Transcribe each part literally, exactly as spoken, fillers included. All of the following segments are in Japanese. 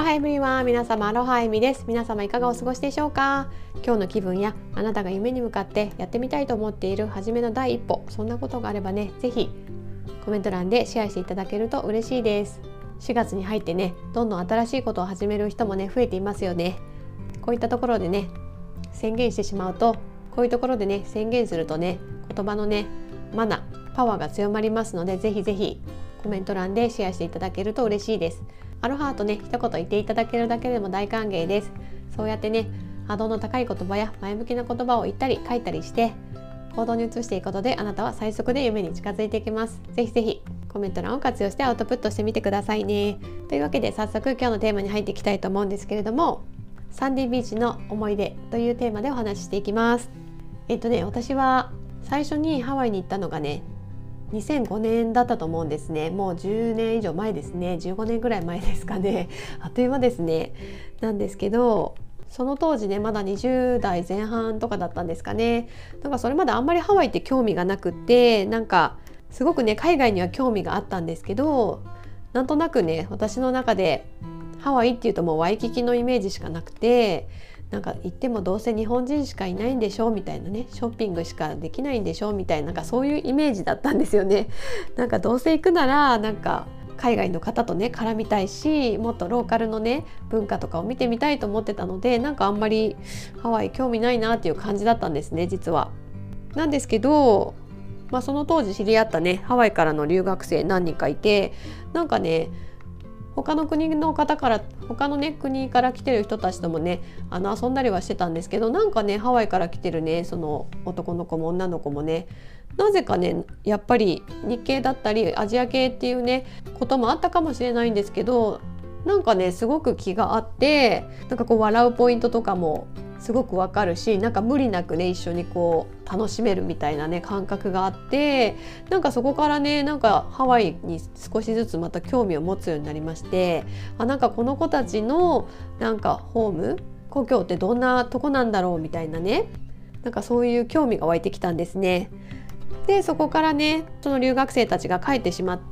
ハエブリワン、皆様アロハエミです。皆様いかがお過ごしでしょうか。今日の気分やあなたが夢に向かってやってみたいと思っている初めの第一歩、そんなことがあればね、ぜひコメント欄でシェアしていただけると嬉しいです。しがつに入ってね、どんどん新しいことを始める人もね増えていますよね。こういったところでね宣言してしまうと、こういうところでね宣言するとね、言葉のねマナー、パワーが強まりますので、ぜひぜひコメント欄でシェアしていただけると嬉しいです。アロハとね一言言っていただけるだけでも大歓迎です。そうやってね波動の高い言葉や前向きな言葉を言ったり書いたりして行動に移していくことで、あなたは最速で夢に近づいていきます。ぜひぜひコメント欄を活用してアウトプットしてみてくださいね。というわけで早速今日のテーマに入っていきたいと思うんですけれども、サンディビーチの思い出というテーマでお話ししていきます。えっとね私は最初にハワイに行ったのがねにせんごねんだったと思うんですね。もうじゅうねん以上前ですね。じゅうごねんぐらい前ですかね。あっという間ですね。なんですけど、その当時ねまだにじゅうだいぜん半とかだったんですかね。なんかそれまであんまりハワイって興味がなくって、なんかすごくね海外には興味があったんですけど、なんとなくね私の中でハワイっていうともうワイキキのイメージしかなくて、なんか行ってもどうせ日本人しかいないんでしょみたいなね、ショッピングしかできないんでしょみたいな、なんかそういうイメージだったんですよね。なんかどうせ行くならなんか海外の方とね絡みたいし、もっとローカルのね文化とかを見てみたいと思ってたので、なんかあんまりハワイ興味ないなっていう感じだったんですね、実は。なんですけど、まあ、その当時知り合ったねハワイからの留学生何人かいて、なんかね他の国の方から他のね国から来てる人たちともねあの遊んだりはしてたんですけど、なんかねハワイから来てるねその男の子も女の子もね、なぜかねやっぱり日系だったりアジア系っていうねこともあったかもしれないんですけど、なんかねすごく気があって、なんかこう笑うポイントとかもすごくわかるし、なんか無理なくね一緒にこう楽しめるみたいなね感覚があって、なんかそこからねなんかハワイに少しずつまた興味を持つようになりまして、あなんかこの子たちのなんかホーム故郷ってどんなとこなんだろうみたいなね、なんかそういう興味が湧いてきたんですね。でそこからねその留学生たちが帰ってしまって、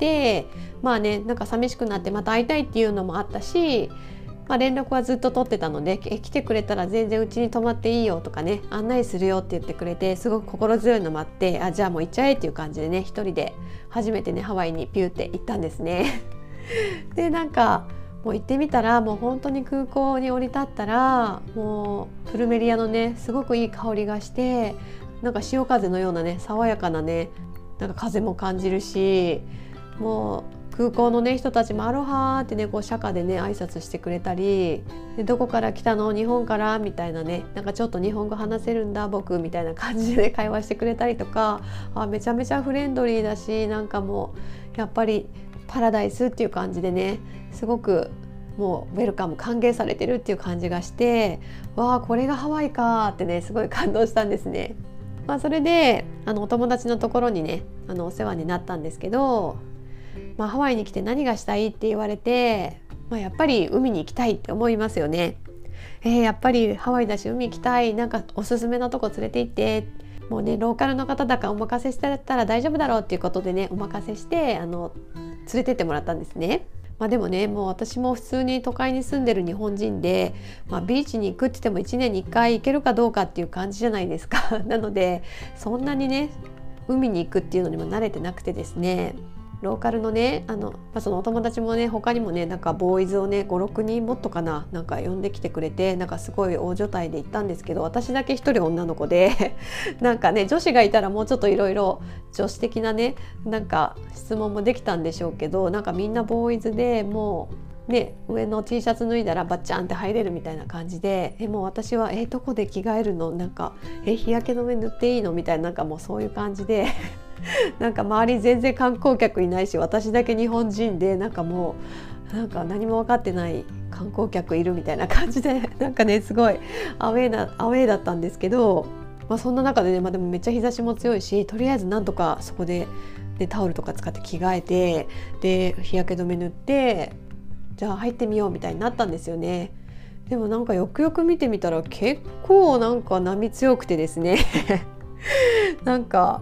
まあねなんか寂しくなってまた会いたいっていうのもあったし、まあ、連絡はずっと取ってたので、え来てくれたら全然うちに泊まっていいよとかね案内するよって言ってくれて、すごく心強いのもあって、あじゃあもう行っちゃえっていう感じでね一人で初めてねハワイにピューって行ったんですね。でなんかもう行ってみたら、もう本当に空港に降り立ったらもうプルメリアのねすごくいい香りがして、なんか潮風のようなね爽やかなねなんか風も感じるし、もう空港のね人たちもアロハーってねこう社歌でね挨拶してくれたり、でどこから来たの日本からみたいなね、なんかちょっと日本語話せるんだ僕みたいな感じで、ね、会話してくれたりとか、あめちゃめちゃフレンドリーだし、なんかもうやっぱりパラダイスっていう感じでね、すごくもうウェルカム歓迎されてるっていう感じがして、わあこれがハワイかってねすごい感動したんですね。まあ、それであのお友達のところにねあのお世話になったんですけど、まあ、ハワイに来て何がしたいって言われて、まあ、やっぱり海に行きたいって思いますよね。えー、やっぱりハワイだし海行きたい、なんかおすすめなとこ連れて行って、もうねローカルの方だからお任せしてたら大丈夫だろうっていうことでねお任せしてあの連れてってもらったんですね。まあ、でもねもう私も普通に都会に住んでる日本人で、まあ、ビーチに行くって言ってもいちねんにいっかい行けるかどうかっていう感じじゃないですか。なのでそんなにね海に行くっていうのにも慣れてなくてですね、ローカルのねあの、まあ、そのお友達もね他にもねなんかボーイズをねごろくにんもっとかななんか呼んできてくれて、なんかすごい大所帯で行ったんですけど、私だけ一人女の子でなんかね女子がいたらもうちょっといろいろ女子的なねなんか質問もできたんでしょうけど、なんかみんなボーイズでもうね上の T シャツ脱いだらバッチャンって入れるみたいな感じで、えもう私はえどこで着替えるの、なんかえ日焼け止め塗っていいのみたいな、なんかもうそういう感じでなんか周り全然観光客いないし、私だけ日本人で、なんかもうなんか何も分かってない観光客いるみたいな感じで、なんかねすごいアウェーなアウェーだったんですけど、まあ、そんな中でね、まあ、でもめっちゃ日差しも強いし、とりあえずなんとかそこで、でタオルとか使って着替えて、で日焼け止め塗って、じゃあ入ってみようみたいになったんですよね。でもなんかよくよく見てみたら結構なんか波強くてですねなんか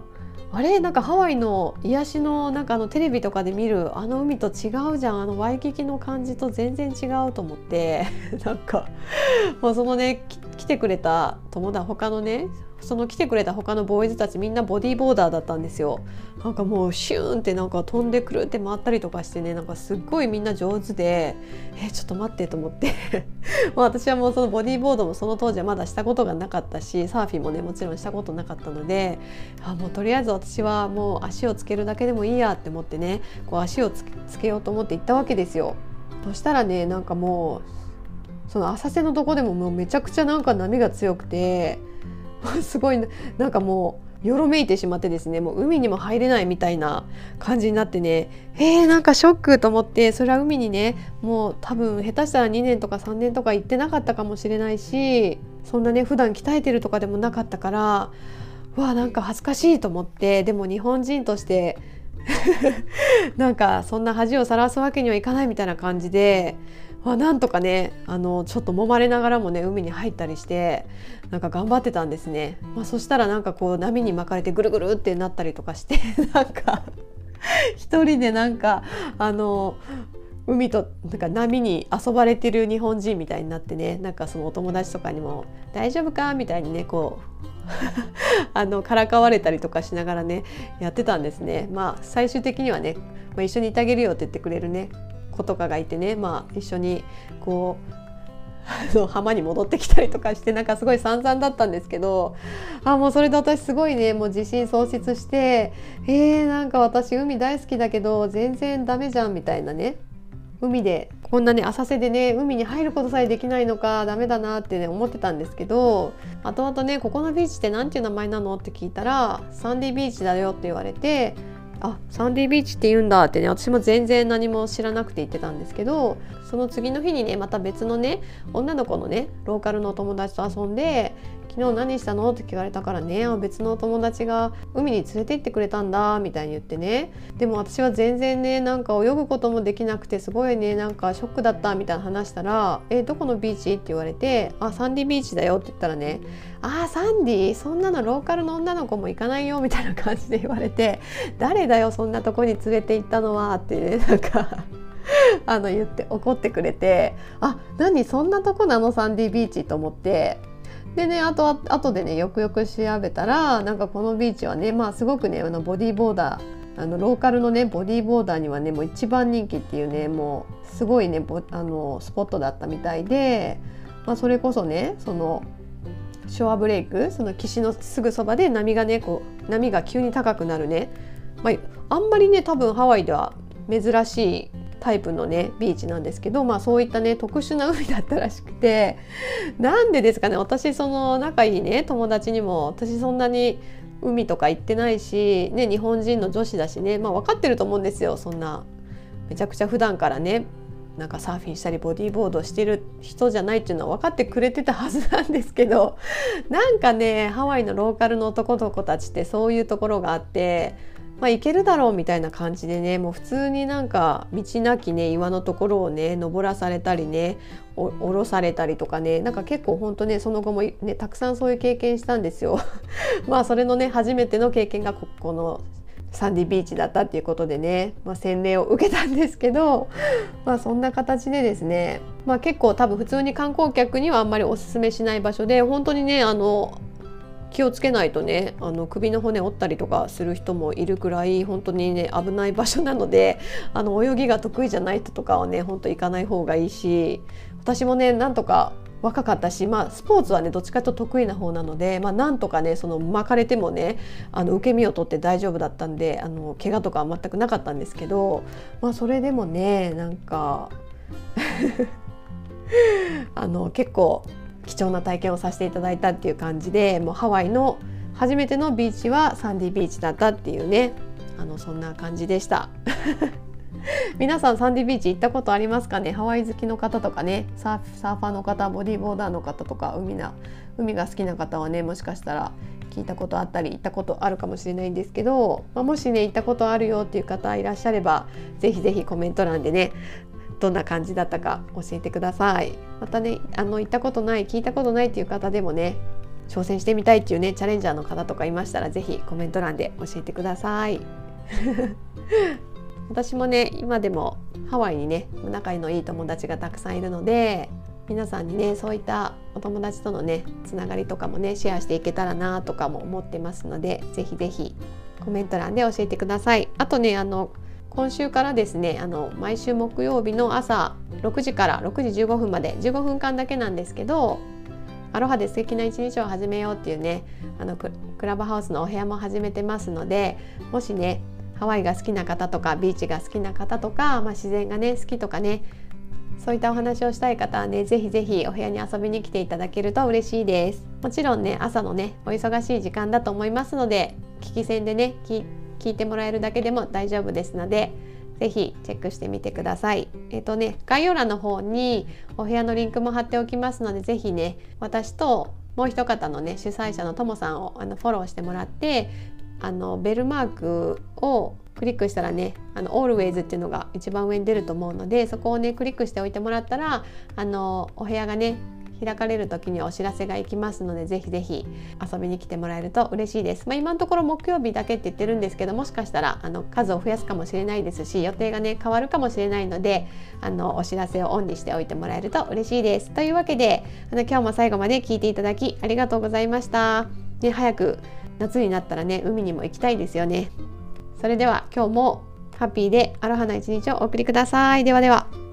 あれなんかハワイの癒しのなんかあのテレビとかで見るあの海と違うじゃん、あのワイキキの感じと全然違うと思ってなんかもうそのね来てくれた友達他のねその来てくれた他のボーイズたちみんなボディーボーダーだったんですよ。なんかもうシューンってなんか飛んでくるって回ったりとかしてね、なんかすっごいみんな上手で、えちょっと待ってと思ってまあ私はもうそのボディーボードもその当時はまだしたことがなかったし、サーフィンもねもちろんしたことなかったので、あもうとりあえず私はもう足をつけるだけでもいいやって思ってね、こう足をつけ、つけようと思って行ったわけですよ。そしたらねなんかもうその浅瀬のとこでももうめちゃくちゃなんか波が強くてすごいなんかもうよろめいてしまってですね、もう海にも入れないみたいな感じになってね、えー、なんかショックと思って、それは海にねもう多分下手したらにねんとかさんねんとか行ってなかったかもしれないし、そんなね普段鍛えてるとかでもなかったから、うわなんか恥ずかしいと思って、でも日本人としてなんかそんな恥をさらすわけにはいかないみたいな感じで、まあ、なんとかねあのちょっと揉まれながらもね海に入ったりしてなんか頑張ってたんですね。まあ、そしたらなんかこう波に巻かれてぐるぐるってなったりとかしてなんか一人でなんかあの海となんか波に遊ばれてる日本人みたいになってね、なんかそのお友達とかにも大丈夫かみたいにねこうあのからかわれたりとかしながらねやってたんですね。まあ最終的にはね、まあ、一緒にいてあげるよって言ってくれるね子とかがいてね、まあ一緒にこうの浜に戻ってきたりとかして、なんかすごい散々だったんですけど、あもうそれで私すごいねもう自信喪失して、えー、なんか私海大好きだけど全然ダメじゃんみたいなね、海でこんなね浅瀬でね海に入ることさえできないのかダメだなってね思ってたんですけど、後々ねここのビーチってなんていう名前なのって聞いたらサンディビーチだよって言われて、あサンディビーチって言うんだってね、私も全然何も知らなくて言ってたんですけど、その次の日にねまた別のね女の子のねローカルのお友達と遊んで、昨日何したのって聞かれたからね、あ別のお友達が海に連れて行ってくれたんだみたいに言ってね、でも私は全然ねなんか泳ぐこともできなくてすごいねなんかショックだったみたいな話したら、えどこのビーチって言われて、あサンディビーチだよって言ったらね、あサンディそんなのローカルの女の子も行かないよみたいな感じで言われて、誰だよそんなとこに連れて行ったのはってねなんかあの言って怒ってくれて、あ何そんなとこなのサンディビーチと思って、でねあとあとでねよくよく調べたら、なんかこのビーチはねまあすごくねあのボディーボーダーあのローカルのねボディーボーダーにはねもう一番人気っていうねもうすごいねあのスポットだったみたいで、まあ、それこそねそのショアブレイクその岸のすぐそばで波がねこう波が急に高くなるね、まあ、あんまりね多分ハワイでは珍しいタイプのねビーチなんですけど、まあそういったね特殊な海だったらしくて、なんでですかね、私その仲いいね友達にも私そんなに海とか行ってないし、ね、日本人の女子だしね、まあ、分かってると思うんですよ。そんなめちゃくちゃ普段からねなんかサーフィンしたりボディーボードしてる人じゃないっていうのは分かってくれてたはずなんですけど、なんかねハワイのローカルの男の子たちってそういうところがあって、まあ、行けるだろうみたいな感じでねもう普通になんか道なきね岩のところをね登らされたりねお降ろされたりとかね、なんか結構ほんとねその後もねたくさんそういう経験したんですよまあそれのね初めての経験がここのサンディビーチだったっていうことでね、まあ、洗礼を受けたんですけど、まあそんな形でですね、まあ、結構多分普通に観光客にはあんまりおすすめしない場所で、本当にねあの気をつけないとねあの首の骨折ったりとかする人もいるくらい本当にね危ない場所なので、あの泳ぎが得意じゃない人とかはね本当行かない方がいいし、私もねなんとか若かったし、まあ、スポーツはねどっちかと得意な方なので、まあ、なんとかねその巻かれてもねあの受け身を取って大丈夫だったんで、あの怪我とかは全くなかったんですけど、まあ、それでもねなんかあの結構貴重な体験をさせていただいたっていう感じで、もうハワイの初めてのビーチはサンディビーチだったっていうね、あのそんな感じでした皆さんサンディビーチ行ったことありますかね。ハワイ好きの方とかねサーフ、サーファーの方、ボディーボーダーの方とか海な海が好きな方はねもしかしたら聞いたことあったり行ったことあるかもしれないんですけど、まあ、もしね行ったことあるよっていう方いらっしゃればぜひぜひコメント欄でねどんな感じだったか教えてください。またねあの行ったことない聞いたことないっていう方でもね挑戦してみたいっていうねチャレンジャーの方とかいましたら、ぜひコメント欄で教えてください。私もね今でもハワイにね仲のいい友達がたくさんいるので、皆さんにねそういったお友達とのねつながりとかもねシェアしていけたらなとかも思ってますので、ぜひぜひコメント欄で教えてください。あとねあの今週からですねあの毎週木曜日の朝ろくじからろくじじゅうごふんまでじゅうごふんかんだけなんですけど、アロハで素敵な一日を始めようっていうねあのクラブハウスのお部屋も始めてますので、もしねハワイが好きな方とかビーチが好きな方とか、まあ、自然がね好きとかね、そういったお話をしたい方はねぜひぜひお部屋に遊びに来ていただけると嬉しいです。もちろんね朝のねお忙しい時間だと思いますので、聞き戦でね聞聞いてもらえるだけでも大丈夫ですので、ぜひチェックしてみてください。えっとね概要欄の方にお部屋のリンクも貼っておきますので、ぜひね私ともう一方のね主催者のともさんをあのフォローしてもらって、あのベルマークをクリックしたらねあの Always っていうのが一番上に出ると思うので、そこをねクリックしておいてもらったら、あのお部屋がね開かれる時にはお知らせが行きますので、ぜひぜひ遊びに来てもらえると嬉しいです。まあ、今のところ木曜日だけって言ってるんですけど、もしかしたらあの数を増やすかもしれないですし、予定がね変わるかもしれないので、あのお知らせをオンにしておいてもらえると嬉しいです。というわけであの今日も最後まで聞いていただきありがとうございました。ね、早く夏になったらね海にも行きたいですよね。それでは今日もハッピーでアロハな一日をお送りください。ではでは。